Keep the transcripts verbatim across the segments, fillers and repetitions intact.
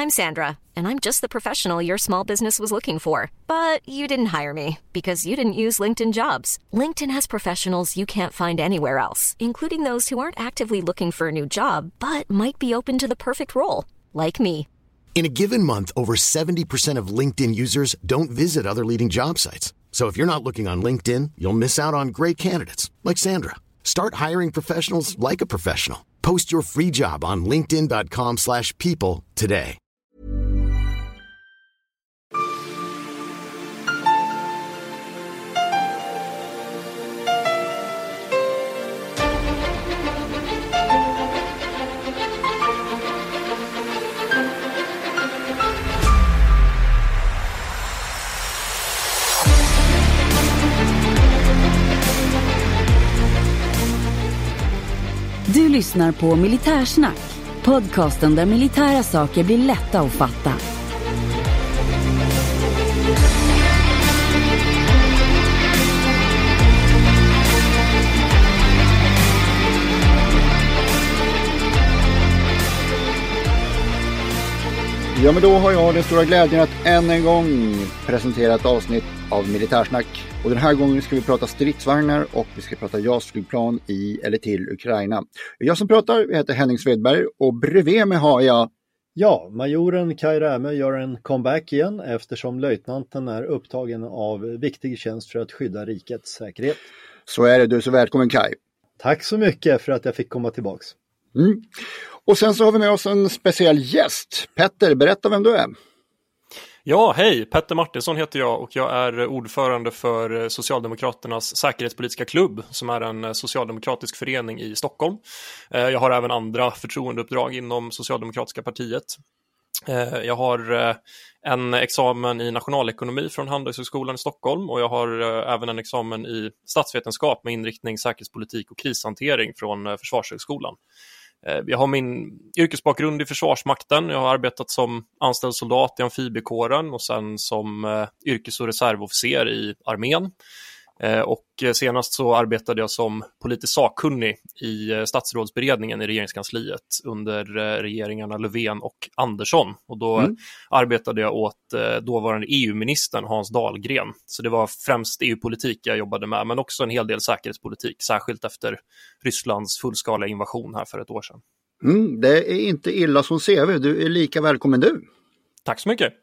I'm Sandra, and I'm just the professional your small business was looking for. But you didn't hire me because you didn't use LinkedIn Jobs. LinkedIn has professionals you can't find anywhere else, including those who aren't actively looking for a new job, but might be open to the perfect role, like me. In a given month, over seventy percent of LinkedIn users don't visit other leading job sites. So if you're not looking on LinkedIn, you'll miss out on great candidates like Sandra. Start hiring professionals like a professional. Post your free job on linkedin dot com slash people today. Du lyssnar på Militärsnack, podcasten där militära saker blir lätta att fatta. Ja, men då har jag den stora glädjen att än en gång presentera ett avsnitt av Militärsnack. Och den här gången ska vi prata stridsvagnar och vi ska prata JAS-flygplan i eller till Ukraina. Jag som pratar heter Henning Svedberg och bredvid mig har jag... Ja, majoren Kai Rämö gör en comeback igen eftersom löjtnanten är upptagen av viktig tjänst för att skydda rikets säkerhet. Så är det, du är så välkommen Kai. Tack så mycket för att jag fick komma tillbaks. Mm. Och sen så har vi med oss en speciell gäst. Petter, berätta vem du är. Ja, hej! Petter Martinsson heter jag och jag är ordförande för Socialdemokraternas säkerhetspolitiska klubb som är en socialdemokratisk förening i Stockholm. Jag har även andra förtroendeuppdrag inom Socialdemokratiska partiet. Jag har en examen i nationalekonomi från Handelshögskolan i Stockholm och jag har även en examen i statsvetenskap med inriktning säkerhetspolitik och krishantering från Försvarshögskolan. Jag har min yrkesbakgrund i Försvarsmakten. Jag har arbetat som anställd soldat i amfibiekåren och sen som yrkes- och reservofficer i armén. Och senast så arbetade jag som politisk sakkunnig i statsrådsberedningen i regeringskansliet under regeringarna Löfven och Andersson. Och då mm. arbetade jag åt dåvarande E U-ministern Hans Dahlgren. Så det var främst E U-politik jag jobbade med, men också en hel del säkerhetspolitik, särskilt efter Rysslands fullskaliga invasion här för ett år sedan. Mm, det är inte illa som C V, du är lika välkommen du. Tack så mycket.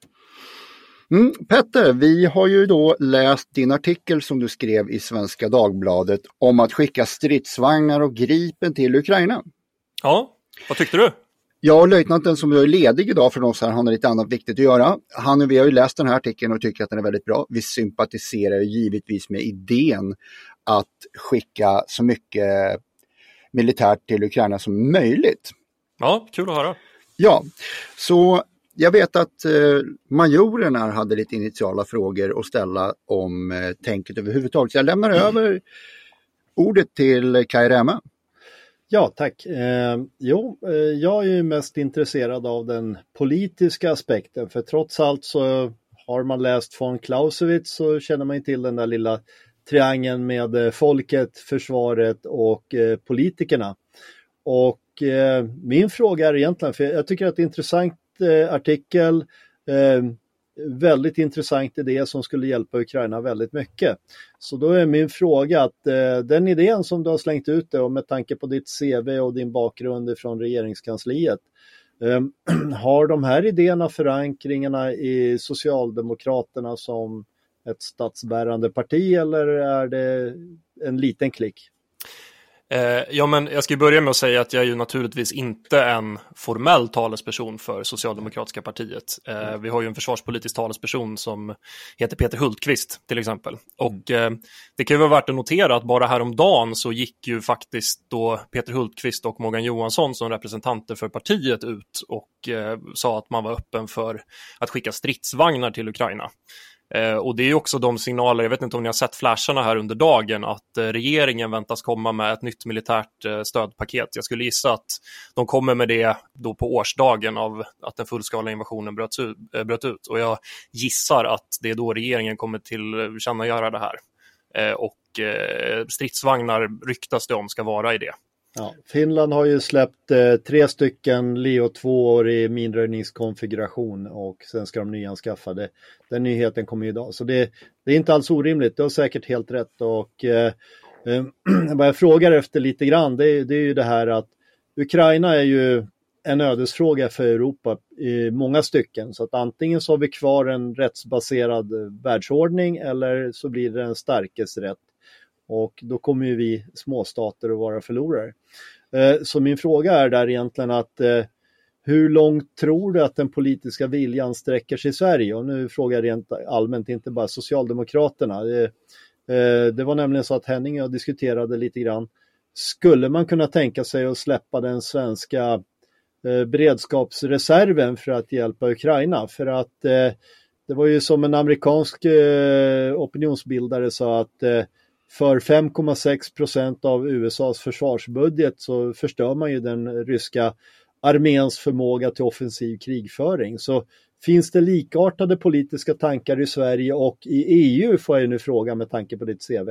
Mm, Petter, vi har ju då läst din artikel som du skrev i Svenska Dagbladet om att skicka stridsvagnar och Gripen till Ukraina. Ja, vad tyckte du? Ja, löjtnanten som är ledig idag för oss här, han har lite annat viktigt att göra. Han och vi har ju läst den här artikeln och tycker att den är väldigt bra. Vi sympatiserar givetvis med idén att skicka så mycket militärt till Ukraina som möjligt. Ja, kul att höra. Ja, så... Jag vet att eh, majorerna hade lite initiala frågor att ställa om eh, tänket överhuvudtaget. Så jag lämnar mm. över ordet till Kai Rämö. Ja, tack. Eh, jo, eh, jag är ju mest intresserad av den politiska aspekten. För trots allt så har man läst von Clausewitz så känner man ju till den där lilla triangeln med eh, folket, försvaret och eh, politikerna. Och eh, min fråga är egentligen, för jag tycker att det är intressant artikel, eh, väldigt intressant idé som skulle hjälpa Ukraina väldigt mycket. Så då är min fråga att eh, den idén som du har slängt ut det och med tanke på ditt C V och din bakgrund från regeringskansliet, eh, har de här idéerna förankringarna i Socialdemokraterna som ett statsbärande parti eller är det en liten klick? Eh, ja, men jag ska börja med att säga att jag är ju naturligtvis inte en formell talesperson för Socialdemokratiska partiet. Eh, vi har ju en försvarspolitisk talesperson som heter Peter Hultqvist till exempel. Och eh, det kan ju vara värt att notera att bara häromdagen så gick ju faktiskt då Peter Hultqvist och Morgan Johansson som representanter för partiet ut och eh, sa att man var öppen för att skicka stridsvagnar till Ukraina. Eh, och det är ju också de signaler, jag vet inte om ni har sett flasharna här under dagen, att eh, regeringen väntas komma med ett nytt militärt eh, stödpaket. Jag skulle gissa att de kommer med det då på årsdagen av att den fullskaliga invasionen bröt ut, äh, bröt ut. Och jag gissar att det är då regeringen kommer till känna göra det här. Eh, och eh, stridsvagnar ryktas det om ska vara i det. Ja, Finland har ju släppt eh, tre stycken Leo två i minröjningskonfiguration och sen ska de nyanskaffa det. Den nyheten kommer ju idag. Så det, det är inte alls orimligt. Du har säkert helt rätt. Och eh, eh, vad jag frågar efter lite grann det, det är ju det här att Ukraina är ju en ödesfråga för Europa i många stycken. Så att antingen så har vi kvar en rättsbaserad världsordning eller så blir det en starkes rätt. Och då kommer ju vi småstater att vara förlorare. Så min fråga är där egentligen att hur långt tror du att den politiska viljan sträcker sig i Sverige? Och nu frågar jag rent allmänt, inte bara Socialdemokraterna. Det var nämligen så att Henning och jag diskuterade lite grann. Skulle man kunna tänka sig att släppa den svenska beredskapsreserven för att hjälpa Ukraina? För att det var ju som en amerikansk opinionsbildare sa att för fem komma sex procent av U S A:s försvarsbudget så förstör man ju den ryska arméns förmåga till offensiv krigföring. Så finns det likartade politiska tankar i Sverige och i E U, får jag nu fråga med tanke på ditt C V?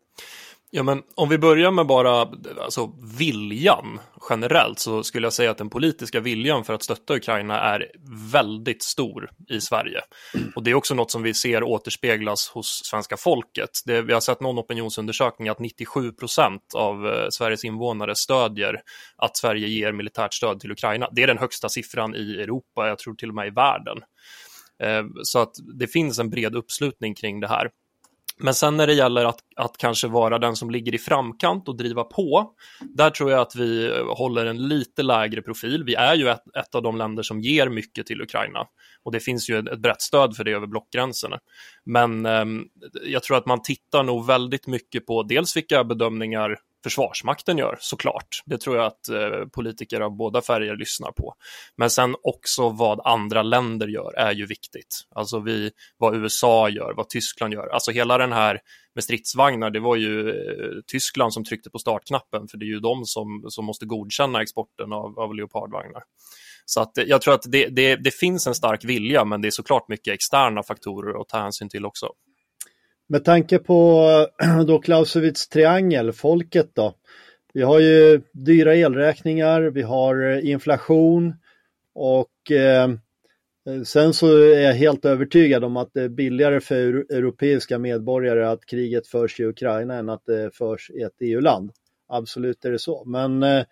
Ja, men om vi börjar med bara alltså, viljan generellt, så skulle jag säga att den politiska viljan för att stötta Ukraina är väldigt stor i Sverige. Och det är också något som vi ser återspeglas hos svenska folket. Det, vi har sett någon opinionsundersökning att nittiosju procent av eh, Sveriges invånare stödjer att Sverige ger militärt stöd till Ukraina. Det är den högsta siffran i Europa, jag tror till och med i världen. Eh, så att det finns en bred uppslutning kring det här. Men sen när det gäller att, att kanske vara den som ligger i framkant och driva på, där tror jag att vi håller en lite lägre profil. Vi är ju ett, ett av de länder som ger mycket till Ukraina och det finns ju ett, ett brett stöd för det över blockgränserna. Men eh, jag tror att man tittar nog väldigt mycket på dels vilka bedömningar Försvarsmakten gör, såklart. Det tror jag att eh, politiker av båda färger lyssnar på. Men sen också vad andra länder gör är ju viktigt. Alltså vi, vad U S A gör, vad Tyskland gör. Alltså hela den här med stridsvagnar, det var ju eh, Tyskland som tryckte på startknappen, för det är ju de som, som måste godkänna exporten av, av Leopardvagnar. Så att jag tror att det, det, det finns en stark vilja, men det är såklart mycket externa faktorer att ta hänsyn till också. Med tanke på då Clausewitz triangel, folket då. Vi har ju dyra elräkningar, vi har inflation och eh, sen så är jag helt övertygad om att det är billigare för europeiska medborgare att kriget förs i Ukraina än att det förs i ett E U-land. Absolut är det så. Men, eh,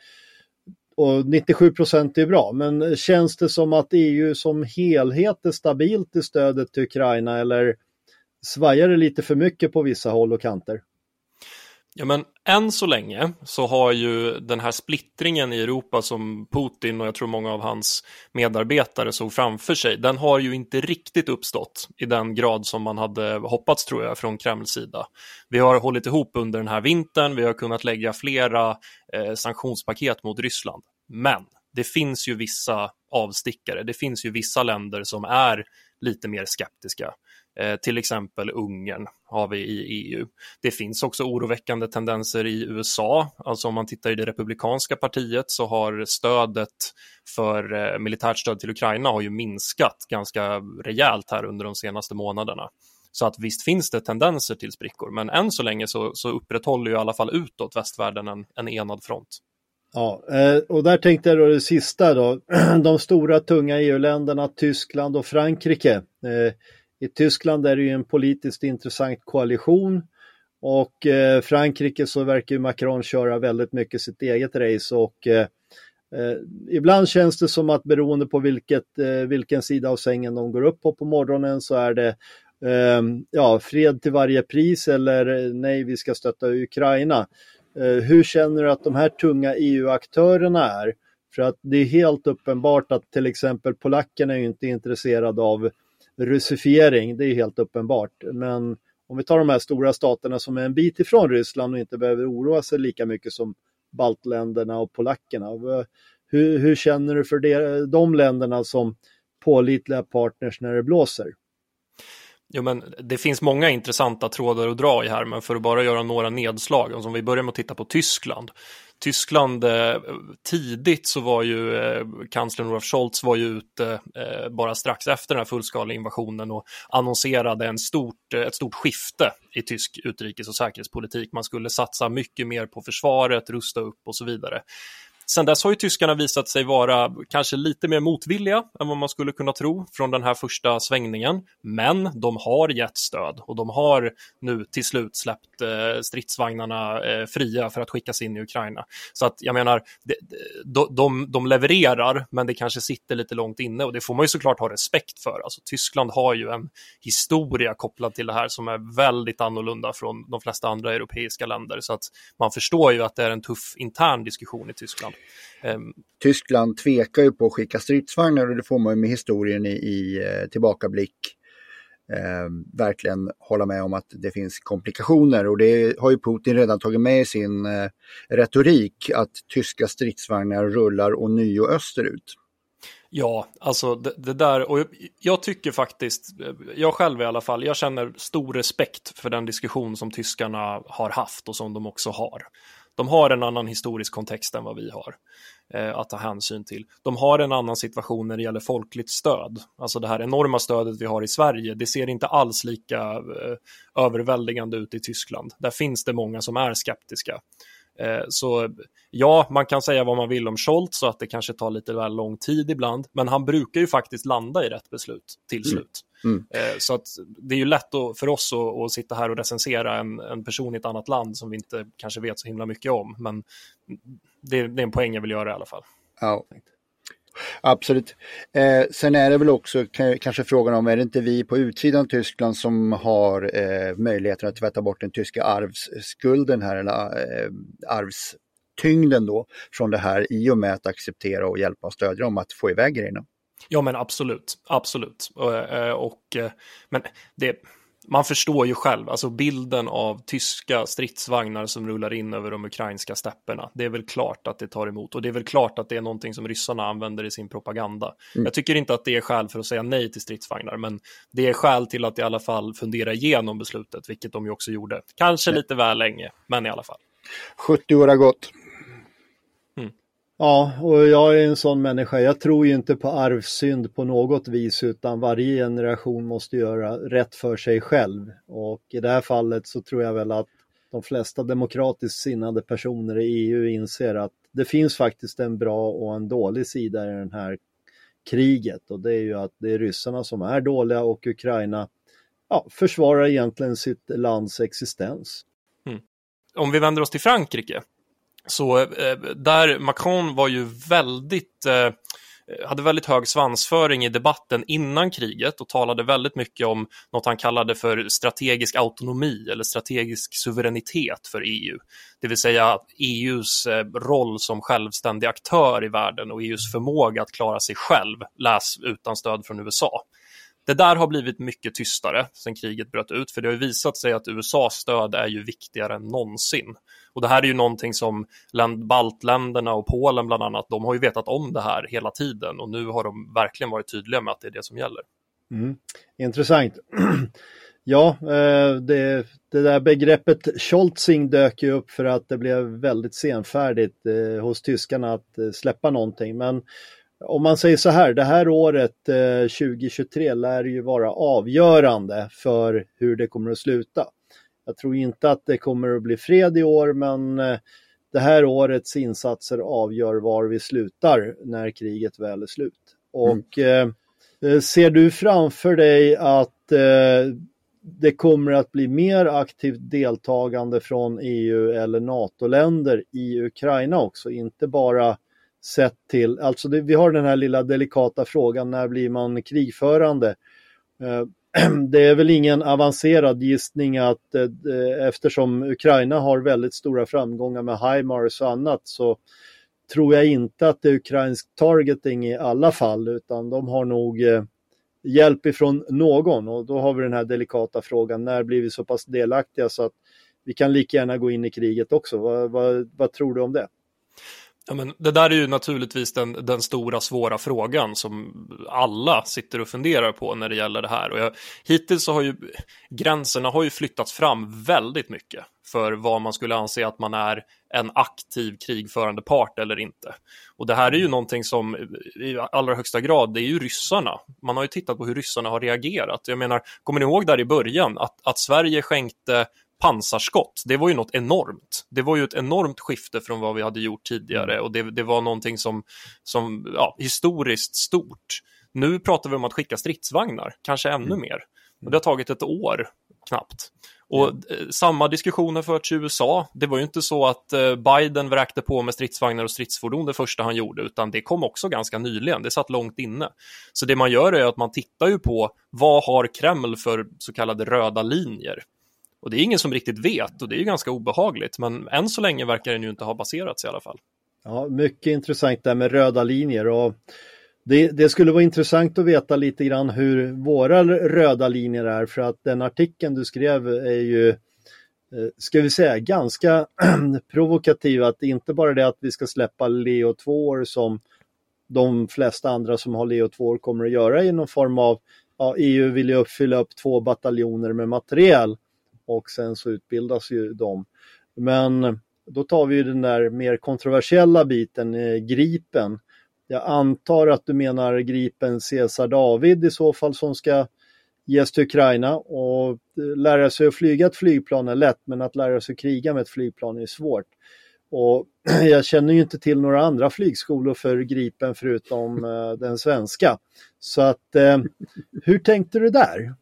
och nittiosju procent är bra, men känns det som att E U som helhet är stabilt i stödet till Ukraina, eller svajar det lite för mycket på vissa håll och kanter? Ja, men än så länge så har ju den här splittringen i Europa som Putin och jag tror många av hans medarbetare såg framför sig, den har ju inte riktigt uppstått i den grad som man hade hoppats, tror jag, från Kremls sida. Vi har hållit ihop under den här vintern, vi har kunnat lägga flera eh, sanktionspaket mot Ryssland. Men det finns ju vissa avstickare, det finns ju vissa länder som är lite mer skeptiska. Eh, till exempel Ungern har vi i E U. Det finns också oroväckande tendenser i U S A. Alltså om man tittar i det republikanska partiet så har stödet för eh, militärt stöd till Ukraina har ju minskat ganska rejält här under de senaste månaderna. Så att visst finns det tendenser till sprickor, men än så länge så, så upprätthåller ju i alla fall utåt västvärlden en, en enad front. Ja, och där tänkte jag då det sista då. De stora tunga E U-länderna, Tyskland och Frankrike. I Tyskland är det ju en politiskt intressant koalition och Frankrike så verkar ju Macron köra väldigt mycket sitt eget race och eh, ibland känns det som att beroende på vilket, eh, vilken sida av sängen de går upp på på morgonen så är det eh, ja, fred till varje pris eller nej, vi ska stötta Ukraina. Hur känner du att de här tunga E U-aktörerna är? För att det är helt uppenbart att till exempel polackerna är ju inte intresserade av russifiering, det är helt uppenbart. Men om vi tar de här stora staterna som är en bit ifrån Ryssland och inte behöver oroa sig lika mycket som baltländerna och polackerna. Hur, hur känner du för det, de länderna som pålitliga partners när det blåser? Jo, men det finns många intressanta trådar att dra i här, men för att bara göra några nedslag, alltså om vi börjar med att titta på Tyskland. Tyskland, eh, tidigt så var ju eh, kanslern Olaf Scholz var ju ute eh, bara strax efter den här fullskaliga invasionen och annonserade en stort, ett stort skifte i tysk utrikes- och säkerhetspolitik. Man skulle satsa mycket mer på försvaret, rusta upp och så vidare. Sen dess har ju tyskarna visat sig vara kanske lite mer motvilliga än vad man skulle kunna tro från den här första svängningen. Men de har gett stöd och de har nu till slut släppt eh, stridsvagnarna eh, fria för att skickas in i Ukraina. Så att jag menar, de, de, de levererar, men det kanske sitter lite långt inne och det får man ju såklart ha respekt för. Alltså Tyskland har ju en historia kopplad till det här som är väldigt annorlunda från de flesta andra europeiska länder. Så att man förstår ju att det är en tuff intern diskussion i Tyskland. Um, Tyskland tvekar ju på att skicka stridsvagnar och det får man ju med historien i, i eh, tillbakablick eh, verkligen hålla med om att det finns komplikationer, och det har ju Putin redan tagit med i sin eh, retorik att tyska stridsvagnar rullar och nio österut. Ja, alltså det, det där, och jag, jag tycker faktiskt, jag själv i alla fall, jag känner stor respekt för den diskussion som tyskarna har haft och som de också har. De har en annan historisk kontext än vad vi har eh, att ta hänsyn till. De har en annan situation när det gäller folkligt stöd. Alltså det här enorma stödet vi har i Sverige, det ser inte alls lika eh, överväldigande ut i Tyskland. Där finns det många som är skeptiska. Eh, så ja, man kan säga vad man vill om Scholz så att det kanske tar lite väl lång tid ibland. Men han brukar ju faktiskt landa i rätt beslut till slut. Mm. Mm. Så att det är ju lätt att, för oss att, att sitta här och recensera en, en person i ett annat land som vi inte kanske vet så himla mycket om, men det, det är en poäng jag vill göra i alla fall. Ja, absolut. Eh, sen är det väl också k- kanske frågan om, är det inte vi på utsidan Tyskland som har eh, möjligheten att tvätta bort den tyska arvsskulden här, eller eh, arvstyngden då från det här, i och med att acceptera och hjälpa och stödja dem att få iväg grejerna? Ja, men absolut, absolut. Och, och, men det, man förstår ju själv, alltså bilden av tyska stridsvagnar som rullar in över de ukrainska stäpperna, det är väl klart att det tar emot, och det är väl klart att det är någonting som ryssarna använder i sin propaganda. Mm. Jag tycker inte att det är skäl för att säga nej till stridsvagnar, men det är skäl till att i alla fall fundera igenom beslutet, vilket de ju också gjorde. Kanske lite väl länge, men i alla fall. sjuttio år har gått. Ja, och jag är en sån människa. Jag tror ju inte på arvsynd på något vis, utan varje generation måste göra rätt för sig själv. Och i det här fallet så tror jag väl att de flesta demokratiskt sinnade personer i E U inser att det finns faktiskt en bra och en dålig sida i den här kriget. Och det är ju att det är ryssarna som är dåliga och Ukraina ja, försvarar egentligen sitt lands existens. Mm. Om vi vänder oss till Frankrike. Så eh, där Macron var ju väldigt, eh, hade väldigt hög svansföring i debatten innan kriget och talade väldigt mycket om något han kallade för strategisk autonomi eller strategisk suveränitet för E U. Det vill säga E U:s eh, roll som självständig aktör i världen och E U:s förmåga att klara sig själv, läs utan stöd från U S A. Det där har blivit mycket tystare sedan kriget bröt ut, för det har visat sig att U S A:s stöd är ju viktigare än någonsin. Och det här är ju någonting som land, baltländerna och Polen bland annat, de har ju vetat om det här hela tiden och nu har de verkligen varit tydliga med att det är det som gäller. Mm. Intressant. Ja, det, det där begreppet Scholzing dök ju upp för att det blev väldigt senfärdigt hos tyskarna att släppa någonting, men om man säger så här, det här året eh, tjugo tjugotre lär ju vara avgörande för hur det kommer att sluta. Jag tror inte att det kommer att bli fred i år, men eh, det här årets insatser avgör var vi slutar när kriget väl är slut. Och mm. eh, ser du framför dig att eh, det kommer att bli mer aktivt deltagande från E U eller NATO-länder i Ukraina också, inte bara sett till, alltså det, vi har den här lilla delikata frågan, när blir man krigförande? Eh, det är väl ingen avancerad gissning att eh, eftersom Ukraina har väldigt stora framgångar med HIMARS och annat, så tror jag inte att det är ukrainsk targeting i alla fall, utan de har nog eh, hjälp ifrån någon, och då har vi den här delikata frågan, när blir vi så pass delaktiga så att vi kan lika gärna gå in i kriget också? Vad, vad, vad tror du om det? Ja, men det där är ju naturligtvis den, den stora svåra frågan som alla sitter och funderar på när det gäller det här. Och jag, hittills så har ju gränserna har ju flyttats fram väldigt mycket för vad man skulle anse att man är en aktiv krigförande part eller inte. Och det här är ju någonting som i allra högsta grad, det är ju ryssarna. Man har ju tittat på hur ryssarna har reagerat. Jag menar, kommer ni ihåg där i början att, att Sverige skänkte pansarskott, det var ju något enormt. Det var ju ett enormt skifte från vad vi hade gjort tidigare och det, det var någonting som, som ja, historiskt stort. Nu pratar vi om att skicka stridsvagnar, kanske ännu mm. mer. Och det har tagit ett år knappt. Och mm. samma diskussion har förts i U S A. Det var ju inte så att Biden vräkte på med stridsvagnar och stridsfordon det första han gjorde, utan det kom också ganska nyligen. Det satt långt inne. Så det man gör är att man tittar ju på vad har Kreml för så kallade röda linjer. Och det är ingen som riktigt vet och det är ju ganska obehagligt. Men än så länge verkar den ju inte ha baserats i alla fall. Ja, mycket intressant där med röda linjer. Och det, det skulle vara intressant att veta lite grann hur våra röda linjer är. För att den artikeln du skrev är ju, ska vi säga, ganska provokativ. Att inte bara det att vi ska släppa Leo två som de flesta andra som har Leo två kommer att göra i någon form av, ja, E U vill ju uppfylla upp två bataljoner med materiel. Och sen så utbildas ju de. Men då tar vi ju den där mer kontroversiella biten, eh, Gripen. Jag antar att du menar Gripen Caesar David i så fall som ska ges till Ukraina. Och lära sig att flyga ett flygplan är lätt, men att lära sig att kriga med ett flygplan är svårt. Och jag känner ju inte till några andra flygskolor för Gripen förutom eh, den svenska. Så att, eh, hur tänkte du där?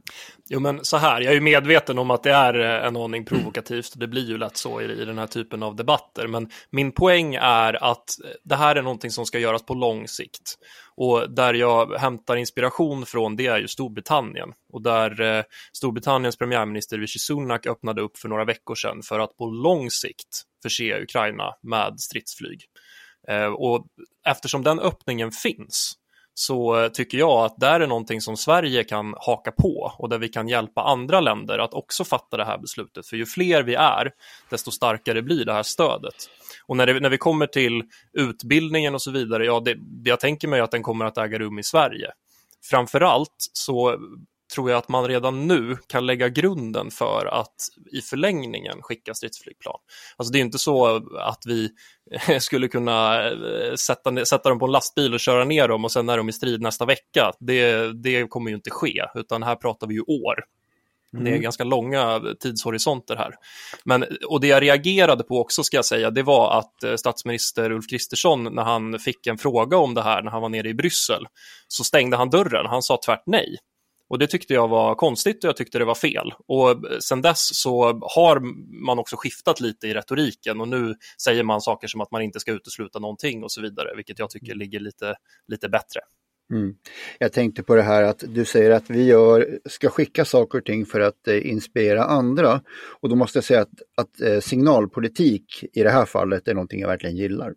Jo, men så här, jag är ju medveten om att det är en aning provokativt och det blir ju lätt så i, i den här typen av debatter, men min poäng är att det här är någonting som ska göras på lång sikt och där jag hämtar inspiration från det är ju Storbritannien och där eh, Storbritanniens premiärminister Rishi Sunak öppnade upp för några veckor sedan för att på lång sikt förse Ukraina med stridsflyg eh, och eftersom den öppningen finns så tycker jag att det är någonting som Sverige kan haka på och där vi kan hjälpa andra länder att också fatta det här beslutet. För ju fler vi är, desto starkare blir det här stödet. Och när, det, när vi kommer till utbildningen och så vidare, ja, det, det jag tänker mig att den kommer att äga rum i Sverige. Framförallt så tror jag att man redan nu kan lägga grunden för att i förlängningen skicka stridsflygplan. Alltså det är inte så att vi skulle kunna sätta, sätta dem på en lastbil och köra ner dem och sen är de i strid nästa vecka. Det, det kommer ju inte ske, utan här pratar vi ju år. Mm. Det är ganska långa tidshorisonter här. Men, och det jag reagerade på också ska jag säga, det var att statsminister Ulf Kristersson, när han fick en fråga om det här när han var nere i Bryssel, så stängde han dörren. Han sa tvärt nej. Och det tyckte jag var konstigt och jag tyckte det var fel. Och sen dess så har man också skiftat lite i retoriken och nu säger man saker som att man inte ska utesluta någonting och så vidare, vilket jag tycker ligger lite, lite bättre. Mm. Jag tänkte på det här att du säger att vi gör, ska skicka saker och ting för att eh, inspirera andra. Och då måste jag säga att, att eh, signalpolitik i det här fallet är någonting jag verkligen gillar.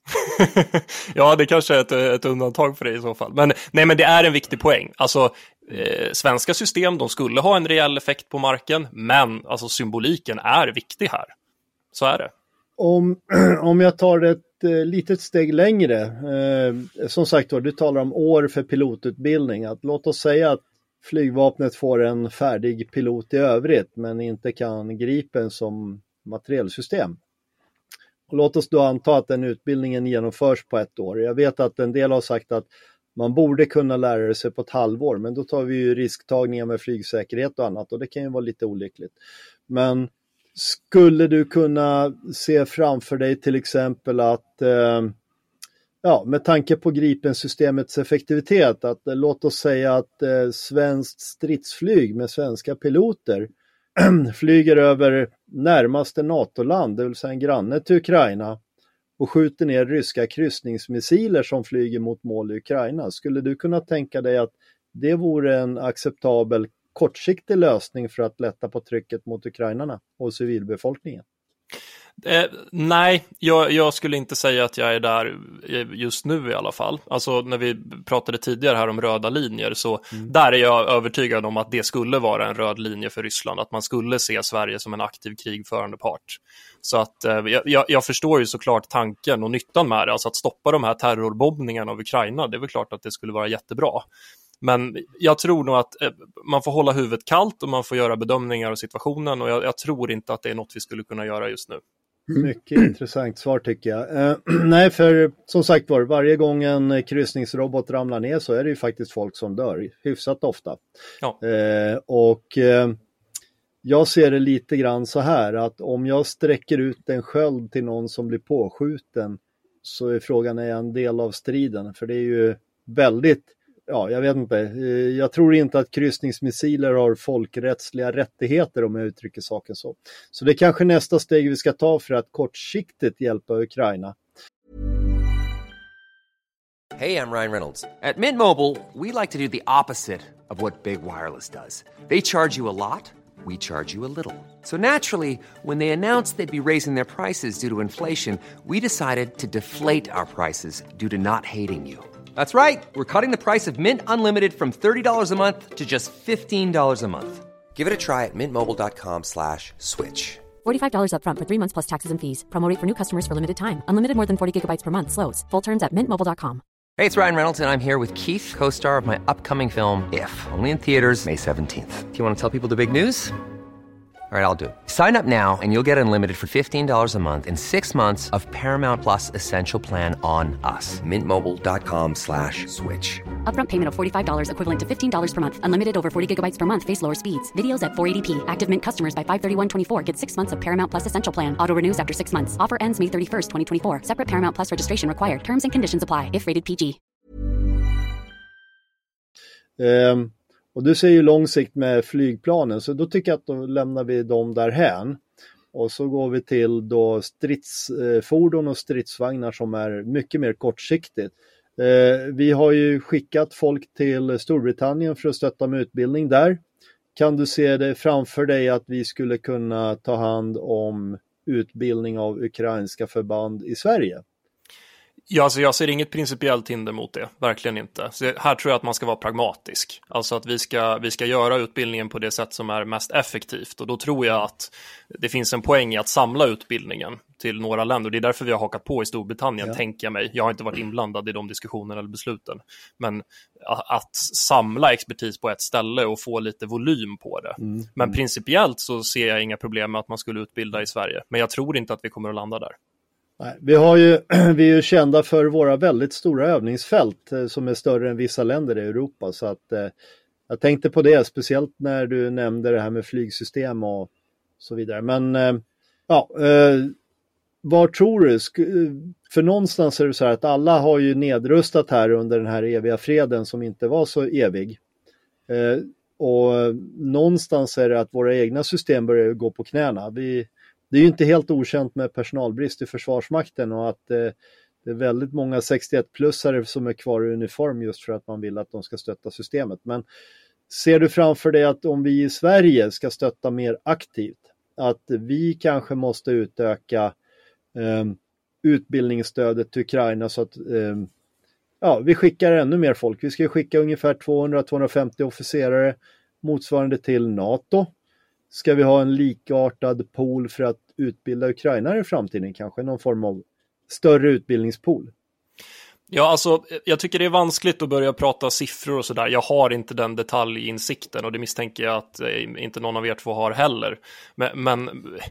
Ja, det kanske är ett, ett undantag för det i så fall. Men, nej, men det är en viktig poäng. Alltså, eh, svenska system, de skulle ha en reell effekt på marken, men alltså, symboliken är viktig här. Så är det. Om, om jag tar ett eh, litet steg längre, eh, som sagt då, du talar om år för pilotutbildning. Att låt oss säga att flygvapnet får en färdig pilot i övrigt, men inte kan Gripen som materiellsystem. Och låt oss då anta att den utbildningen genomförs på ett år. Jag vet att en del har sagt att man borde kunna lära sig på ett halvår, men då tar vi ju risktagningar med flygsäkerhet och annat och det kan ju vara lite olyckligt. Men skulle du kunna se framför dig till exempel att, eh, ja, med tanke på Gripen-systemets effektivitet, att eh, låt oss säga att eh, svenskt stridsflyg med svenska piloter flyger över närmaste NATO-land, det vill säga en granne till Ukraina, och skjuter ner ryska kryssningsmissiler som flyger mot mål i Ukraina. Skulle du kunna tänka dig att det vore en acceptabel kortsiktig lösning för att lätta på trycket mot ukrainarna och civilbefolkningen? Eh, nej, jag, jag skulle inte säga att jag är där just nu i alla fall. Alltså när vi pratade tidigare här om röda linjer, så mm. där är jag övertygad om att det skulle vara en röd linje för Ryssland, att man skulle se Sverige som en aktiv krigförande part. Så att eh, jag, jag förstår ju såklart tanken och nyttan med det, alltså att stoppa de här terrorbombningarna av Ukraina, det är väl klart att det skulle vara jättebra. Men jag tror nog att eh, man får hålla huvudet kallt och man får göra bedömningar av situationen, och jag, jag tror inte att det är något vi skulle kunna göra just nu. Mycket intressant svar tycker jag. Eh, nej, för som sagt var, varje gång en kryssningsrobot ramlar ner så är det ju faktiskt folk som dör, hyfsat ofta. Ja. Eh, och eh, jag ser det lite grann så här, att om jag sträcker ut en sköld till någon som blir påskjuten, så är frågan, är jag en del av striden? För det är ju väldigt, ja jag vet inte, jag tror inte att kryssningsmissiler har folkrättsliga rättigheter, om jag uttrycker saken så. Så det är kanske nästa steg vi ska ta för att kortsiktigt hjälpa Ukraina. Hey, I'm Ryan Reynolds. At Mint Mobile, we like to do the opposite of what Big Wireless does. They charge you a lot, we charge you a little. So naturally, when they announced they'd be raising their prices due to inflation, we decided to deflate our prices due to not hating you. That's right. We're cutting the price of Mint Unlimited from thirty dollars a month to just fifteen dollars a month. Give it a try at mintmobile.com slash switch. forty-five dollars up front for three months plus taxes and fees. Promo rate for new customers for limited time. Unlimited more than forty gigabytes per month slows. Full terms at mint mobile dot com. Hey, it's Ryan Reynolds, and I'm here with Keith, co-star of my upcoming film, If, only in theaters May seventeenth. Do you want to tell people the big news? All right, I'll do it. Sign up now and you'll get unlimited for fifteen dollars a month and six months of Paramount Plus Essential Plan on us. Mintmobile.com slash switch. Upfront payment of forty-five dollars equivalent to fifteen dollars per month. Unlimited over forty gigabytes per month. Face lower speeds. Videos at four eighty p. Active Mint customers by five thirty-one twenty-four get six months of Paramount Plus Essential Plan. Auto renews after six months. Offer ends May thirty-first, twenty twenty-four. Separate Paramount Plus registration required. Terms and conditions apply if rated P G. Um. Och du ser ju lång sikt med flygplanen, så då tycker jag att då lämnar vi dem därhän. Och så går vi till då stridsfordon och stridsvagnar som är mycket mer kortsiktigt. Eh, vi har ju skickat folk till Storbritannien för att stötta med utbildning där. Kan du se det framför dig att vi skulle kunna ta hand om utbildning av ukrainska förband i Sverige? Ja, alltså jag ser inget principiellt hinder mot det, verkligen inte. Så här tror jag att man ska vara pragmatisk. Alltså att vi ska, vi ska göra utbildningen på det sätt som är mest effektivt. Och då tror jag att det finns en poäng i att samla utbildningen till några länder. Det är därför vi har hakat på i Storbritannien, ja. tänker jag mig. Jag har inte varit inblandad i de diskussionerna eller besluten. Men att samla expertis på ett ställe och få lite volym på det. Mm. Men principiellt så ser jag inga problem med att man skulle utbilda i Sverige. Men jag tror inte att vi kommer att landa där. Nej, vi, har ju, vi är ju kända för våra väldigt stora övningsfält eh, som är större än vissa länder i Europa. Så att, eh, jag tänkte på det, speciellt när du nämnde det här med flygsystem och så vidare. Men eh, ja, eh, vad tror du? För någonstans är det så här att alla har ju nedrustat här under den här eviga freden som inte var så evig. Eh, och någonstans är det att våra egna system börjar gå på knäna. Vi Det är ju inte helt okänt med personalbrist i Försvarsmakten och att eh, det är väldigt många sextioett-plussare som är kvar i uniform just för att man vill att de ska stötta systemet. Men ser du framför dig att om vi i Sverige ska stötta mer aktivt, att vi kanske måste utöka eh, utbildningsstödet till Ukraina så att eh, ja, vi skickar ännu mer folk. Vi ska skicka ungefär tvåhundra till tvåhundrafemtio officerare motsvarande till NATO. Ska vi ha en likartad pool för att utbilda ukrainare i framtiden? Kanske någon form av större utbildningspool? Ja, alltså jag tycker det är vanskligt att börja prata siffror och sådär. Jag har inte den detaljinsikten och det misstänker jag att eh, inte någon av er två har heller. Men, men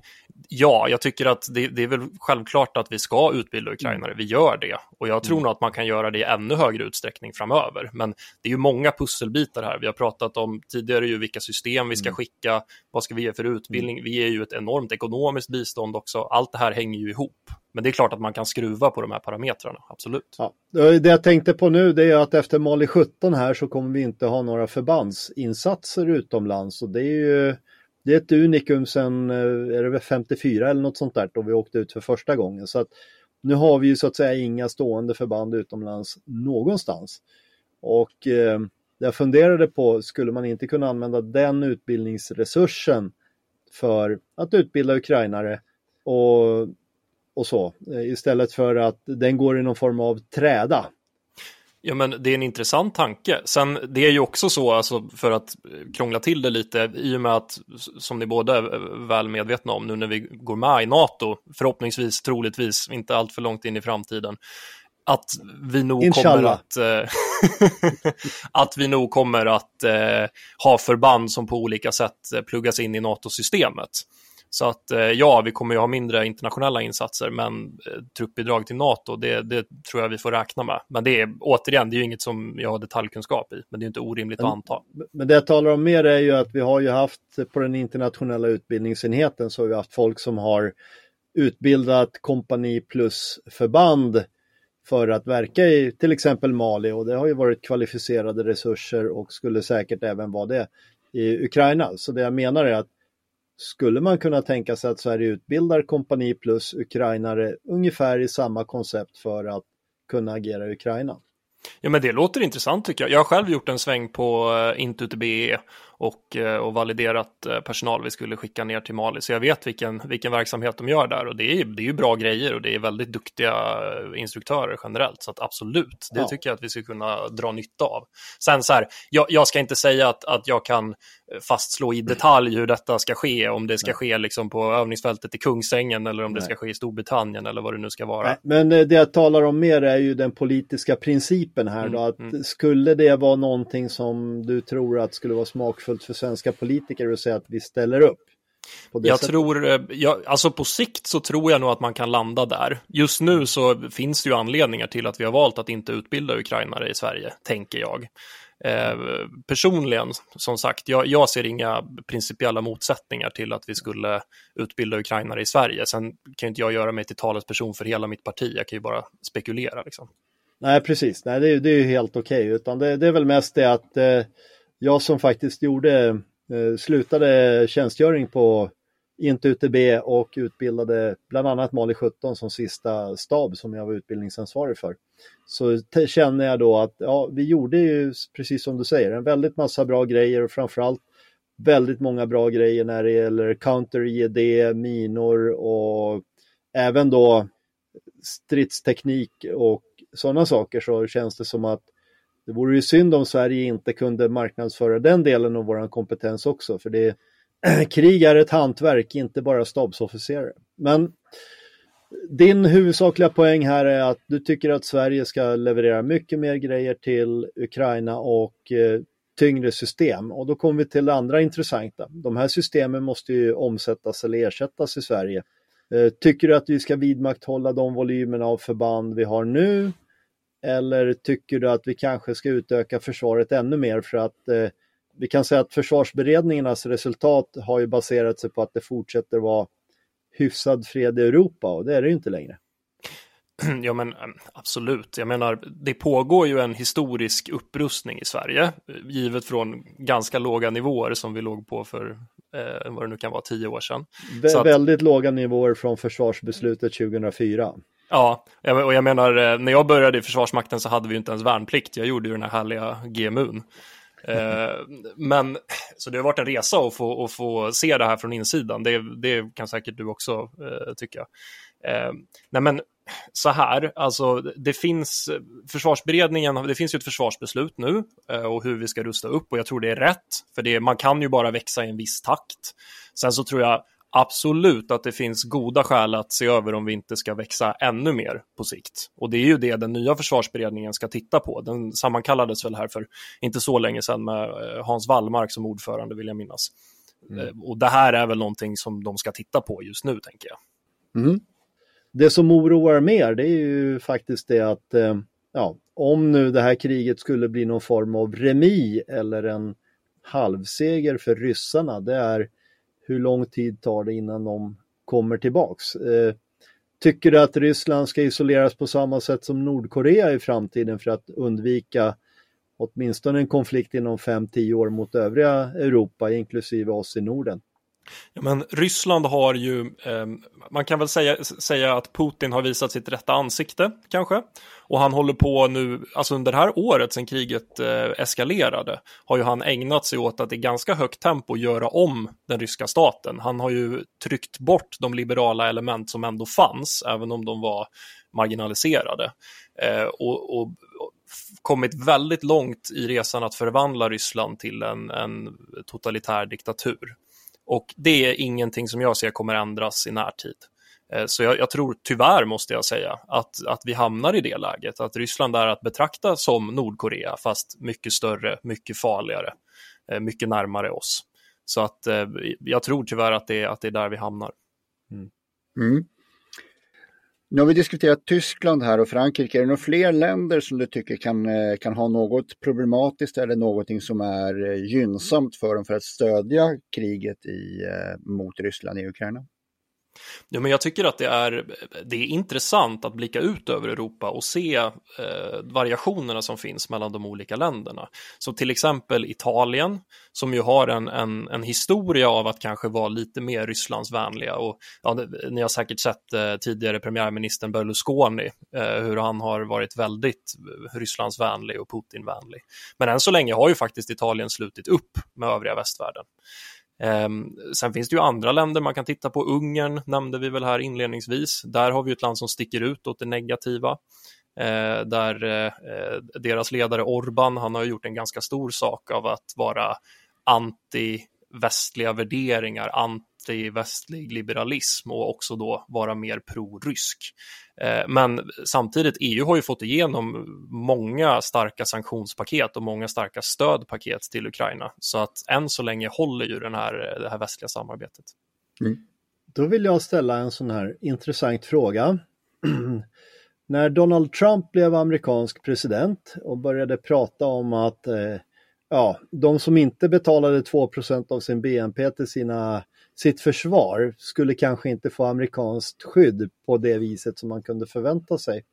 ja, jag tycker att det, det är väl självklart att vi ska utbilda ukrainare. Vi gör det. Och jag tror mm. nog att man kan göra det i ännu högre utsträckning framöver. Men det är ju många pusselbitar här. Vi har pratat om tidigare ju vilka system vi ska mm. skicka. Vad ska vi ge för utbildning? Mm. Vi ger ju ett enormt ekonomiskt bistånd också. Allt det här hänger ju ihop. Men det är klart att man kan skruva på de här parametrarna, absolut. Ja. Det jag tänkte på nu det är att efter Mali sjutton här så kommer vi inte ha några förbandsinsatser utomlands. Och det är ju det är ett unikum sen är det väl femtiofyra eller något sånt där då vi åkte ut för första gången. Så att nu har vi ju så att säga inga stående förband utomlands någonstans. Och eh, jag funderade på, skulle man inte kunna använda den utbildningsresursen för att utbilda ukrainare och, och så. Istället för att den går i någon form av träda. Ja, men det är en intressant tanke. Sen, det är ju också så, alltså, för att krångla till det lite, i och med att, som ni båda är väl medvetna om, nu när vi går med i NATO, förhoppningsvis, troligtvis, inte allt för långt in i framtiden, att vi nog Inshallah. kommer att eh, att vi nog kommer att eh, ha förband som på olika sätt pluggas in i NATO-systemet. Så att eh, ja, vi kommer ju ha mindre internationella insatser, men eh, truppbidrag till NATO, det, det tror jag vi får räkna med. Men det är, återigen, det är ju inget som jag har detaljkunskap i, men det är inte orimligt men, att anta. Men det jag talar om mer är ju att vi har ju haft på den internationella utbildningsenheten, så har vi haft folk som har utbildat kompani plus förband för att verka i till exempel Mali, och det har ju varit kvalificerade resurser och skulle säkert även vara det i Ukraina. Så det jag menar är att skulle man kunna tänka sig att Sverige utbildar kompani plus ukrainare ungefär i samma koncept för att kunna agera i Ukraina? Ja, men det låter intressant tycker jag. Jag har själv gjort en sväng på uh, Intu till B E och, uh, och validerat uh, personal vi skulle skicka ner till Mali. Så jag vet vilken, vilken verksamhet de gör där, och det är, det är ju bra grejer och det är väldigt duktiga uh, instruktörer generellt. Så att absolut, det ja. tycker jag att vi ska kunna dra nytta av. Sen så här, jag, jag ska inte säga att, att jag kan fastslå i detalj hur detta ska ske, om det ska Nej. ske liksom på övningsfältet i Kungsängen eller om Nej. det ska ske i Storbritannien eller vad det nu ska vara. Nej, men det jag talar om mer är ju den politiska principen här då, att mm. skulle det vara någonting som du tror att skulle vara smakfullt för svenska politiker att säga att vi ställer upp? Jag sättet? tror, jag, alltså på sikt så tror jag nog att man kan landa där. Just nu så finns det ju anledningar till att vi har valt att inte utbilda ukrainare i Sverige, tänker jag. Eh, personligen, som sagt, jag, jag ser inga principiella motsättningar till att vi skulle utbilda ukrainare i Sverige. Sen kan inte jag göra mig till talesperson för hela mitt parti, jag kan ju bara spekulera liksom. Nej, precis. Nej, det, är, det är ju helt okej, okay. Utan det, det är väl mest det att eh, jag som faktiskt gjorde, eh, slutade tjänstgöring på Intu U T B och utbildade bland annat Mali sjutton som sista stab som jag var utbildningsansvarig för. Så t- känner jag då att ja, vi gjorde ju, precis som du säger, en väldigt massa bra grejer och framförallt väldigt många bra grejer när det gäller counter-I E D, minor och även då stridsteknik och sådana saker. Så känns det som att det vore ju synd om Sverige inte kunde marknadsföra den delen av vår kompetens också, för det krig är ett hantverk, inte bara stabsofficerare. Men din huvudsakliga poäng här är att du tycker att Sverige ska leverera mycket mer grejer till Ukraina och eh, tyngre system. Och då kommer vi till det andra intressanta. De här systemen måste ju omsättas eller ersättas i Sverige. Eh, tycker du att vi ska vidmakthålla de volymerna av förband vi har nu? Eller tycker du att vi kanske ska utöka försvaret ännu mer, för att eh, vi kan säga att försvarsberedningarnas resultat har ju baserat sig på att det fortsätter vara hyfsad fred i Europa, och det är det ju inte längre. Ja, men absolut. Jag menar, det pågår ju en historisk upprustning i Sverige, givet från ganska låga nivåer som vi låg på för eh, vad det nu kan vara tio år sedan. Vä- Så att, väldigt låga nivåer från försvarsbeslutet tjugohundrafyra. Ja, och jag menar, när jag började i Försvarsmakten så hade vi ju inte ens värnplikt. Jag gjorde ju den här härliga G M U:n. Eh, men så det har varit en resa att få, att få se det här från insidan. Det, det kan säkert du också eh, tycka. Eh, nej men så här, alltså det finns försvarsberedningen, det finns ju ett försvarsbeslut nu eh, och hur vi ska rusta upp, och jag tror det är rätt, för det, man kan ju bara växa i en viss takt. Sen så tror jag absolut att det finns goda skäl att se över om vi inte ska växa ännu mer på sikt. Och det är ju det den nya försvarsberedningen ska titta på. Den sammankallades väl här för inte så länge sedan med Hans Wallmark som ordförande, vill jag minnas. Mm. Och det här är väl någonting som de ska titta på just nu, tänker jag. Mm. Det som oroar mer, det är ju faktiskt det att ja, om nu det här kriget skulle bli någon form av remis eller en halvseger för ryssarna, det är hur lång tid tar det innan de kommer tillbaks? Eh, tycker du att Ryssland ska isoleras på samma sätt som Nordkorea i framtiden för att undvika åtminstone en konflikt inom fem till tio år mot övriga Europa, inklusive oss i Norden? Ja, men Ryssland har ju, eh, man kan väl säga, säga att Putin har visat sitt rätta ansikte kanske. Och han håller på nu, alltså under det här året sedan kriget eh, eskalerade, har ju han ägnat sig åt att i ganska högt tempo göra om den ryska staten. Han har ju tryckt bort de liberala element som ändå fanns, även om de var marginaliserade. Eh, och, och kommit väldigt långt i resan att förvandla Ryssland till en, en totalitär diktatur. Och det är ingenting som jag ser kommer ändras i närtid. Så jag, jag tror tyvärr, måste jag säga, att, att vi hamnar i det läget. Att Ryssland är att betrakta som Nordkorea, fast mycket större, mycket farligare, mycket närmare oss. Så att jag tror tyvärr att det, att det är där vi hamnar. Mm. Mm. Nu har vi diskuterat Tyskland här och Frankrike. Är det några fler länder som du tycker kan, kan ha något problematiskt eller någonting som är gynnsamt för dem för att stödja kriget i, mot Ryssland i Ukraina? Ja, men jag tycker att det är, det är intressant att blicka ut över Europa och se eh, variationerna som finns mellan de olika länderna. Så till exempel Italien, som ju har en, en, en historia av att kanske vara lite mer Rysslandsvänliga. Och, ja, ni har säkert sett eh, tidigare premiärministern Berlusconi, eh, hur han har varit väldigt Rysslandsvänlig och Putinvänlig. Men än så länge har ju faktiskt Italien slutit upp med övriga västvärlden. Um, sen finns det ju andra länder man kan titta på. Ungern nämnde vi väl här inledningsvis. Där har vi ett land som sticker ut åt det negativa. Uh, där uh, deras ledare Orbán, han har gjort en ganska stor sak av att vara anti-västliga värderingar, anti-västlig liberalism och också då vara mer pro-rysk. Uh, men samtidigt, E U har ju fått igenom många starka sanktionspaket och många starka stödpaket till Ukraina. Så att än så länge håller ju den här, det här västliga samarbetet. Mm. Då vill jag ställa en sån här intressant fråga. När Donald Trump blev amerikansk president och började prata om att eh, ja, de som inte betalade två procent av sin B N P till sina, sitt försvar skulle kanske inte få amerikanskt skydd på det viset som man kunde förvänta sig.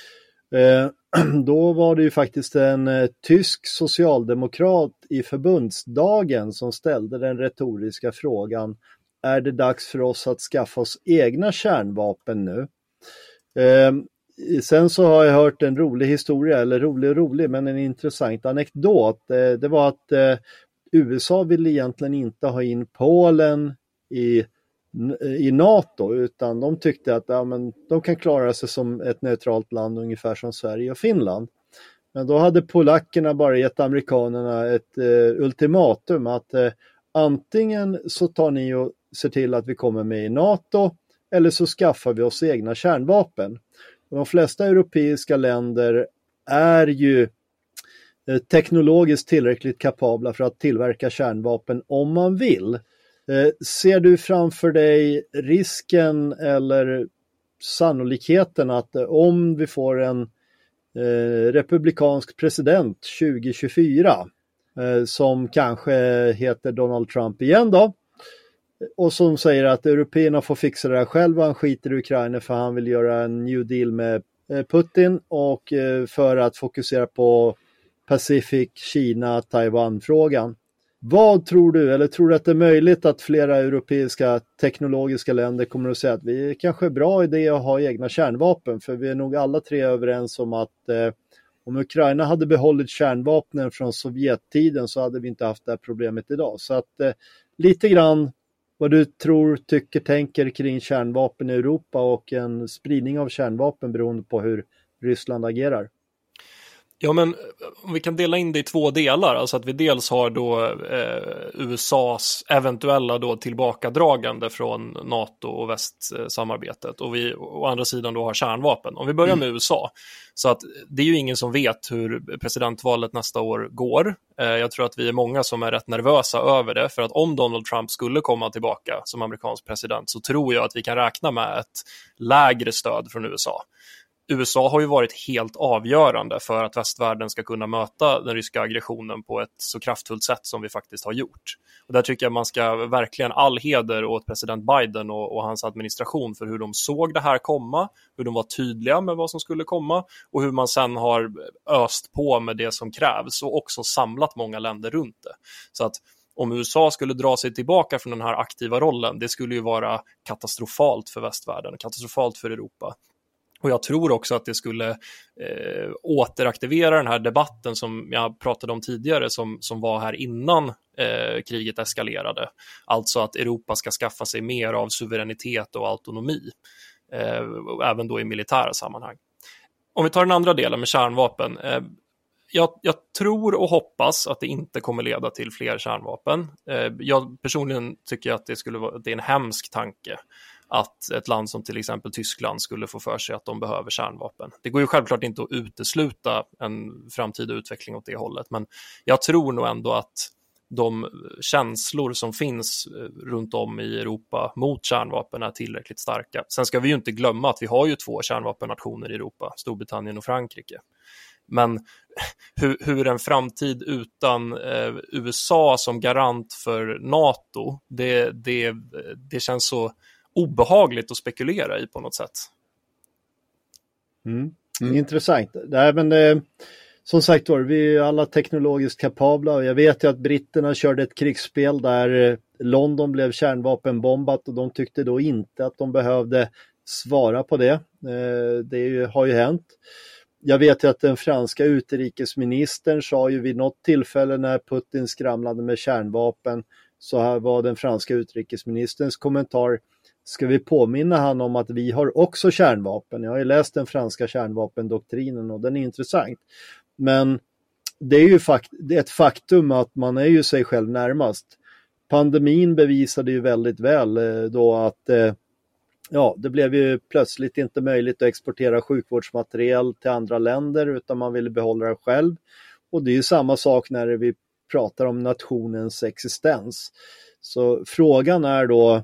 Eh, då var det ju faktiskt en eh, tysk socialdemokrat i förbundsdagen som ställde den retoriska frågan: är det dags för oss att skaffa oss egna kärnvapen nu? Eh, Sen så har jag hört en rolig historia, eller rolig och rolig, men en intressant anekdot. Det var att U S A ville egentligen inte ha in Polen i, i NATO, utan de tyckte att ja, men de kan klara sig som ett neutralt land ungefär som Sverige och Finland. Men då hade polackerna bara gett amerikanerna ett eh, ultimatum att eh, antingen så tar ni och ser till att vi kommer med i NATO, eller så skaffar vi oss egna kärnvapen. De flesta europeiska länder är ju teknologiskt tillräckligt kapabla för att tillverka kärnvapen om man vill. Ser du framför dig risken eller sannolikheten att om vi får en republikansk president tjugo tjugofyra som kanske heter Donald Trump igen då, och som säger att européerna får fixa det här själva, han skiter i Ukraina för han vill göra en new deal med Putin och för att fokusera på Pacific, Kina, Taiwan-frågan. Vad tror du, eller tror du att det är möjligt att flera europeiska teknologiska länder kommer att säga att vi är kanske bra idé att ha egna kärnvapen, för vi är nog alla tre överens om att eh, om Ukraina hade behållit kärnvapnen från Sovjettiden så hade vi inte haft det här problemet idag. Så att eh, lite grann vad du tror, tycker, tänker kring kärnvapen i Europa och en spridning av kärnvapen beroende på hur Ryssland agerar. Ja, men om vi kan dela in det i två delar, alltså att vi dels har då eh, U S A:s eventuella då tillbakadragande från NATO och västsamarbetet och vi å andra sidan då har kärnvapen. Om vi börjar med U S A, så att det är ju ingen som vet hur presidentvalet nästa år går. Eh, jag tror att vi är många som är rätt nervösa över det, för att om Donald Trump skulle komma tillbaka som amerikansk president så tror jag att vi kan räkna med ett lägre stöd från U S A. U S A har ju varit helt avgörande för att västvärlden ska kunna möta den ryska aggressionen på ett så kraftfullt sätt som vi faktiskt har gjort. Och där tycker jag man ska verkligen all heder åt president Biden och, och hans administration för hur de såg det här komma, hur de var tydliga med vad som skulle komma och hur man sen har öst på med det som krävs och också samlat många länder runt det. Så att Om U S A skulle dra sig tillbaka från den här aktiva rollen, det skulle ju vara katastrofalt för västvärlden, katastrofalt för Europa. Och jag tror också att det skulle eh, återaktivera den här debatten som jag pratade om tidigare, som, som var här innan eh, kriget eskalerade. Alltså att Europa ska skaffa sig mer av suveränitet och autonomi, eh, även då i militära sammanhang. Om vi tar den andra delen med kärnvapen. Eh, jag, jag tror och hoppas att det inte kommer leda till fler kärnvapen. Eh, jag personligen tycker att det, skulle vara, det är en hemsk tanke att ett land som till exempel Tyskland skulle få för sig att de behöver kärnvapen. Det går ju självklart inte att utesluta en framtida utveckling åt det hållet, men jag tror nog ändå att de känslor som finns runt om i Europa mot kärnvapen är tillräckligt starka. Sen ska vi ju inte glömma att vi har ju två kärnvapennationer i Europa, Storbritannien och Frankrike. Men hur, hur en framtid utan eh, U S A som garant för NATO, det, det, det känns så obehagligt att spekulera i på något sätt. Mm. Mm. Intressant. Nej, men, eh, som sagt var, vi är alla teknologiskt kapabla och jag vet ju att britterna körde ett krigsspel där eh, London blev kärnvapenbombat och de tyckte då inte att de behövde svara på det. Eh, det är ju, har ju hänt. Jag vet ju att den franska utrikesministern sa ju vid något tillfälle när Putin skramlade med kärnvapen, så här var den franska utrikesministerns kommentar: ska vi påminna han om att vi har också kärnvapen? Jag har ju läst den franska kärnvapendoktrinen och den är intressant. Men det är ju fakt- det är ett faktum att man är ju sig själv närmast. Pandemin bevisade ju väldigt väl då att ja, det blev ju plötsligt inte möjligt att exportera sjukvårdsmaterial till andra länder utan man ville behålla det själv. Och det är ju samma sak när vi pratar om nationens existens. Så frågan är då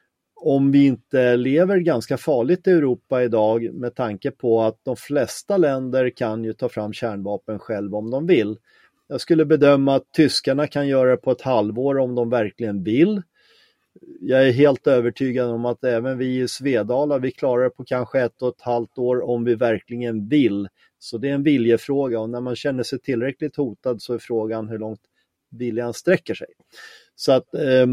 om vi inte lever ganska farligt i Europa idag med tanke på att de flesta länder kan ju ta fram kärnvapen själv om de vill. Jag skulle bedöma att tyskarna kan göra det på ett halvår om de verkligen vill. Jag är helt övertygad om att även vi i Svedala, vi klarar det på kanske ett och ett halvt år om vi verkligen vill. Så det är en viljefråga och när man känner sig tillräckligt hotad så är frågan hur långt viljan sträcker sig. Så att eh,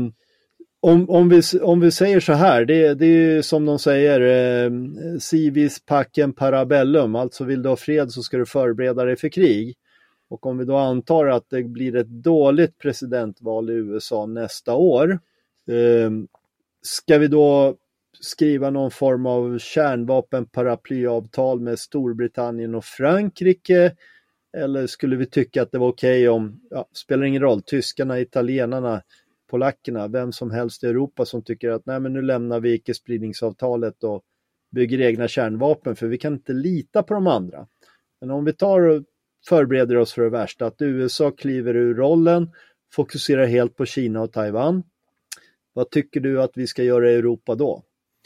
om, om, vi, om vi säger så här, det, det är som de säger, eh, civis pacem parabellum, alltså vill du ha fred så ska du förbereda dig för krig. Och om vi då antar att det blir ett dåligt presidentval i U S A nästa år, eh, ska vi då skriva någon form av kärnvapenparaplyavtal med Storbritannien och Frankrike? Eller skulle vi tycka att det var okej om, ja, spelar ingen roll, tyskarna, italienarna, polackerna, vem som helst i Europa som tycker att nej men nu lämnar vi icke-spridningsavtalet och bygger egna kärnvapen för vi kan inte lita på de andra. Men om vi tar och förbereder oss för det värsta, att U S A kliver ur rollen, fokuserar helt på Kina och Taiwan, vad tycker du att vi ska göra i Europa då?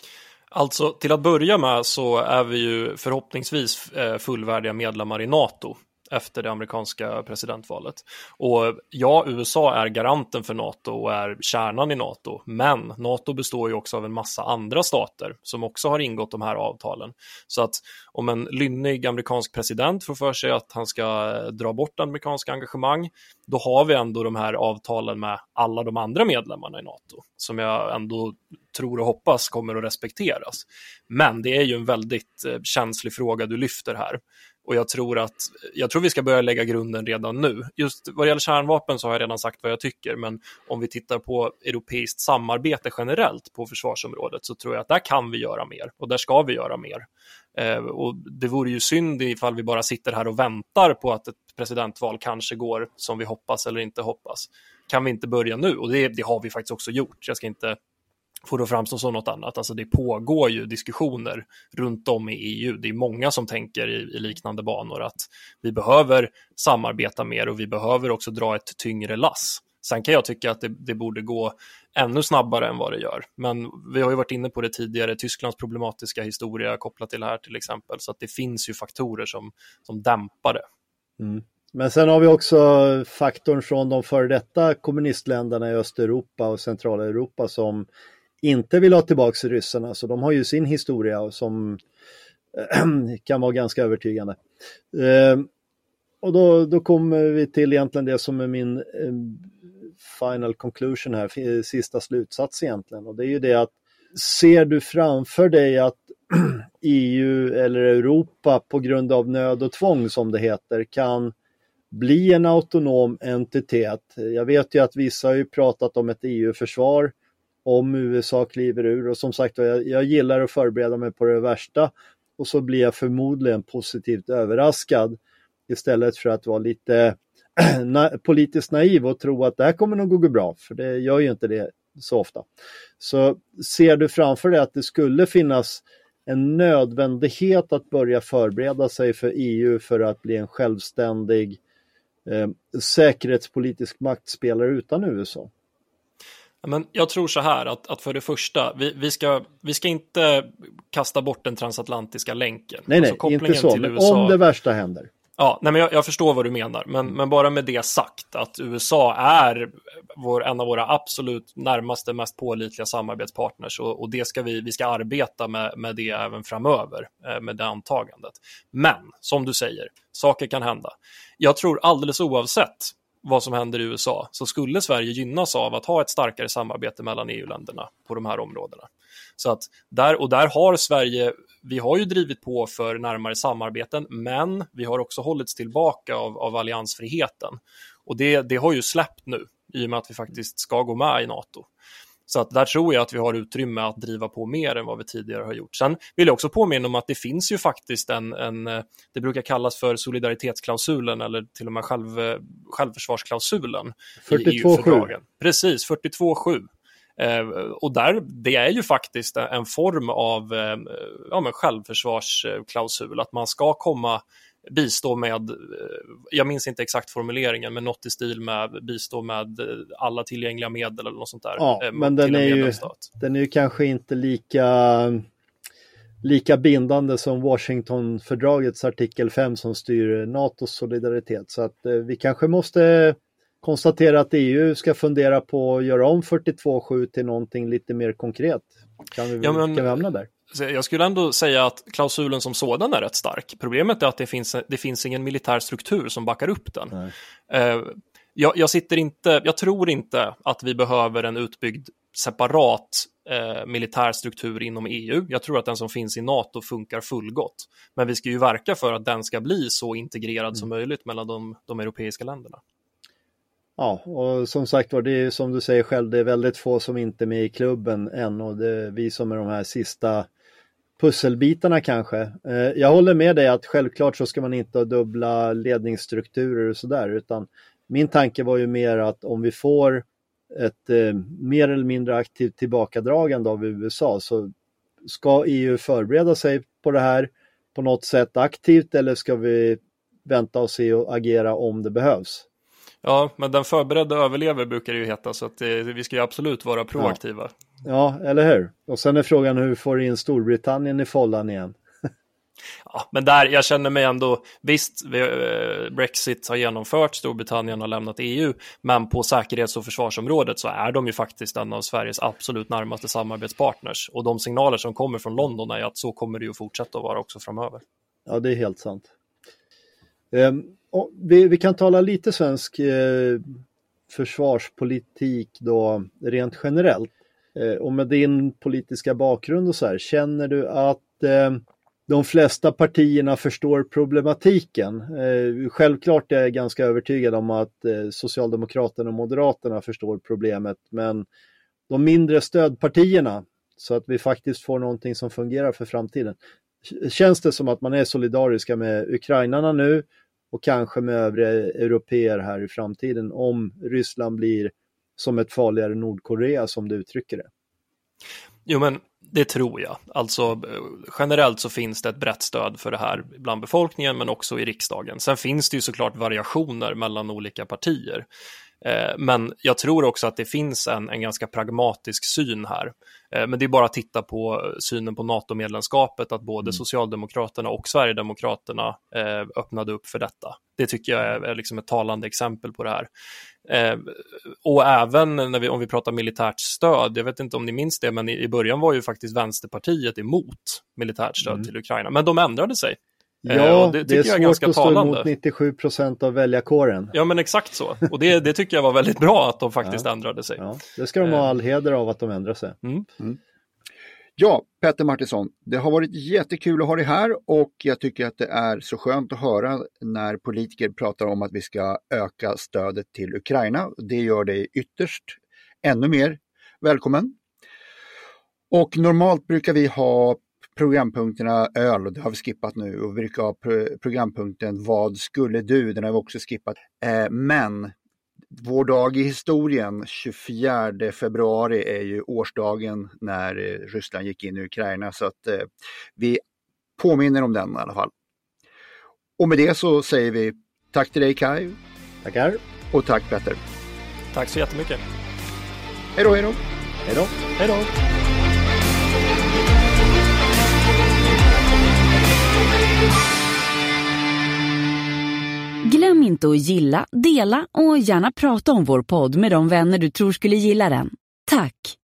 Alltså till att börja med så är vi ju förhoppningsvis fullvärdiga medlemmar i NATO efter det amerikanska presidentvalet. Och ja, U S A är garanten för NATO och är kärnan i NATO, men NATO består ju också av en massa andra stater som också har ingått de här avtalen. Så att om en lynnig amerikansk president får för sig att han ska dra bort amerikanska engagemang, då har vi ändå de här avtalen med alla de andra medlemmarna i NATO som jag ändå tror och hoppas kommer att respekteras. Men det är ju en väldigt eh, känslig fråga du lyfter här. Och jag tror att jag tror vi ska börja lägga grunden redan nu. Just vad det gäller kärnvapen så har jag redan sagt vad jag tycker. Men om vi tittar på europeiskt samarbete generellt på försvarsområdet så tror jag att där kan vi göra mer. Och där ska vi göra mer. Eh, och det vore ju synd ifall vi bara sitter här och väntar på att ett presidentval kanske går som vi hoppas eller inte hoppas. Kan vi inte börja nu? Och det, det har vi faktiskt också gjort. Jag ska inte får då framstå som något annat. Alltså det pågår ju diskussioner runt om i E U. Det är många som tänker i, i liknande banor att vi behöver samarbeta mer och vi behöver också dra ett tyngre lass. Sen kan jag tycka att det, det borde gå ännu snabbare än vad det gör. Men vi har ju varit inne på det tidigare, Tysklands problematiska historia kopplat till det här till exempel. Så att det finns ju faktorer som, som dämpar det. Mm. Men sen har vi också faktorn från de före detta kommunistländerna i Östeuropa och Centraleuropa som inte vill ha tillbaka ryssarna, så de har ju sin historia som äh, kan vara ganska övertygande. Eh, och då, då kommer vi till egentligen det som är min eh, final conclusion här, sista slutsats egentligen. Och det är ju det att ser du framför dig att E U eller Europa på grund av nöd och tvång som det heter kan bli en autonom entitet. Jag vet ju att vissa har ju pratat om ett E U-försvar om U S A kliver ur och som sagt jag, jag gillar att förbereda mig på det värsta och så blir jag förmodligen positivt överraskad istället för att vara lite na- politiskt naiv och tro att det här kommer nog gå bra, för det gör ju inte det så ofta. Så ser du framför dig att det skulle finnas en nödvändighet att börja förbereda sig för E U för att bli en självständig eh, säkerhetspolitisk maktspelare utan U S A? Men jag tror så här att, att för det första, vi, vi, ska, vi ska inte kasta bort den transatlantiska länken. Nej, nej, alltså inte så, men U S A, om det värsta händer. Ja, nej, men jag, jag förstår vad du menar, men, men bara med det sagt att U S A är vår, en av våra absolut närmaste, mest pålitliga samarbetspartners och, och det ska vi, vi ska arbeta med, med det även framöver, med det antagandet. Men, som du säger, saker kan hända. Jag tror alldeles oavsett vad som händer i U S A så skulle Sverige gynnas av att ha ett starkare samarbete mellan E U-länderna på de här områdena. Så att där, och där har Sverige, vi har ju drivit på för närmare samarbeten, men vi har också hållits tillbaka av, av alliansfriheten. Och det, det har ju släppt nu i och med att vi faktiskt ska gå med i NATO. Så att där tror jag att vi har utrymme att driva på mer än vad vi tidigare har gjort. Sen vill jag också påminna om att det finns ju faktiskt en, en det brukar kallas för solidaritetsklausulen eller till och med själv, självförsvarsklausulen i E U-fördragen. Precis, fyrtiotvå sju. Eh, och där, det är ju faktiskt en form av eh, ja, men självförsvarsklausul, att man ska komma bistå med, jag minns inte exakt formuleringen, men något i stil med bistå med alla tillgängliga medel eller något sånt där. Ja, men den är, ju, den är ju kanske inte lika lika bindande som Washingtonfördragets artikel fem som styr NATOs solidaritet. Så att eh, vi kanske måste konstatera att E U ska fundera på att göra om fyrtiotvå sju till någonting lite mer konkret. Kan vi, ja, men, kan vi hamna där? Jag skulle ändå säga att klausulen som sådan är rätt stark. Problemet är att det finns, det finns ingen militär struktur som backar upp den. Uh, jag, jag, sitter inte, jag tror inte att vi behöver en utbyggd separat uh, militär struktur inom E U. Jag tror att den som finns i NATO funkar fullgott. Men vi ska ju verka för att den ska bli så integrerad mm. som möjligt mellan de, de europeiska länderna. Ja, och som sagt var, det är som du säger själv, det är väldigt få som inte är med i klubben än och det är vi som är de här sista pusselbitarna kanske. Jag håller med dig att självklart så ska man inte ha dubbla ledningsstrukturer och sådär, utan min tanke var ju mer att om vi får ett eh, mer eller mindre aktivt tillbakadragande av U S A så ska E U förbereda sig på det här på något sätt aktivt, eller ska vi vänta och se och agera om det behövs? Ja, men den förberedda överlever brukar det ju heta, så att det, vi ska ju absolut vara proaktiva. Ja. ja, eller hur? Och sen är frågan hur får in Storbritannien i follan igen? Ja, men där, jag känner mig ändå, visst, Brexit har genomfört, Storbritannien har lämnat E U, men på säkerhets- och försvarsområdet så är de ju faktiskt en av Sveriges absolut närmaste samarbetspartners. Och de signaler som kommer från London är att så kommer det ju fortsätta att vara också framöver. Ja, det är helt sant. Um, och vi, vi kan tala lite svensk eh, försvarspolitik då rent generellt. Eh, och med din politiska bakgrund och så här, känner du att eh, de flesta partierna förstår problematiken? Eh, självklart är jag ganska övertygad om att eh, Socialdemokraterna och Moderaterna förstår problemet, men de mindre stödpartierna, så att vi faktiskt får någonting som fungerar för framtiden. Känns det som att man är solidariska med ukrainarna nu och kanske med övriga europeer här i framtiden om Ryssland blir som ett farligare Nordkorea som du uttrycker det? Jo, men det tror jag. Alltså generellt så finns det ett brett stöd för det här bland befolkningen, men också i riksdagen. Sen finns det ju såklart variationer mellan olika partier. Eh, men jag tror också att det finns en, en ganska pragmatisk syn här. Eh, men det är bara att titta på synen på NATO-medlemskapet, att både mm. Socialdemokraterna och Sverigedemokraterna eh, öppnade upp för detta. Det tycker jag är, är liksom ett talande exempel på det här. Eh, och även när vi, om vi pratar militärt stöd, jag vet inte om ni minns det, men i, i början var ju faktiskt Vänsterpartiet emot militärt stöd mm. till Ukraina, men de ändrade sig. Ja, det, det är svårt ganska att stå talande. emot nittiosju procent av väljarkåren. Ja, men exakt så. Och det, det tycker jag var väldigt bra att de faktiskt ja. ändrade sig. Ja, det ska de ha all heder av att de ändrar sig. Mm. Mm. Ja, Petter Martinsson, det har varit jättekul att ha dig här och jag tycker att det är så skönt att höra när politiker pratar om att vi ska öka stödet till Ukraina. Det gör dig ytterst ännu mer välkommen. Och normalt brukar vi ha programpunkterna öl, och det har vi skippat nu, och vi brukar ha pro- programpunkten vad skulle du, den har vi också skippat. Eh, men vår dag i historien, tjugofjärde februari, är ju årsdagen när eh, Ryssland gick in i Ukraina, så att eh, vi påminner om den i alla fall. Och med det så säger vi tack till dig Kai. Tackar. Och tack Petter. Tack så jättemycket. Hej då, hej då. Hej då. Hej då. Glöm inte att gilla, dela och gärna prata om vår podd med de vänner du tror skulle gilla den. Tack!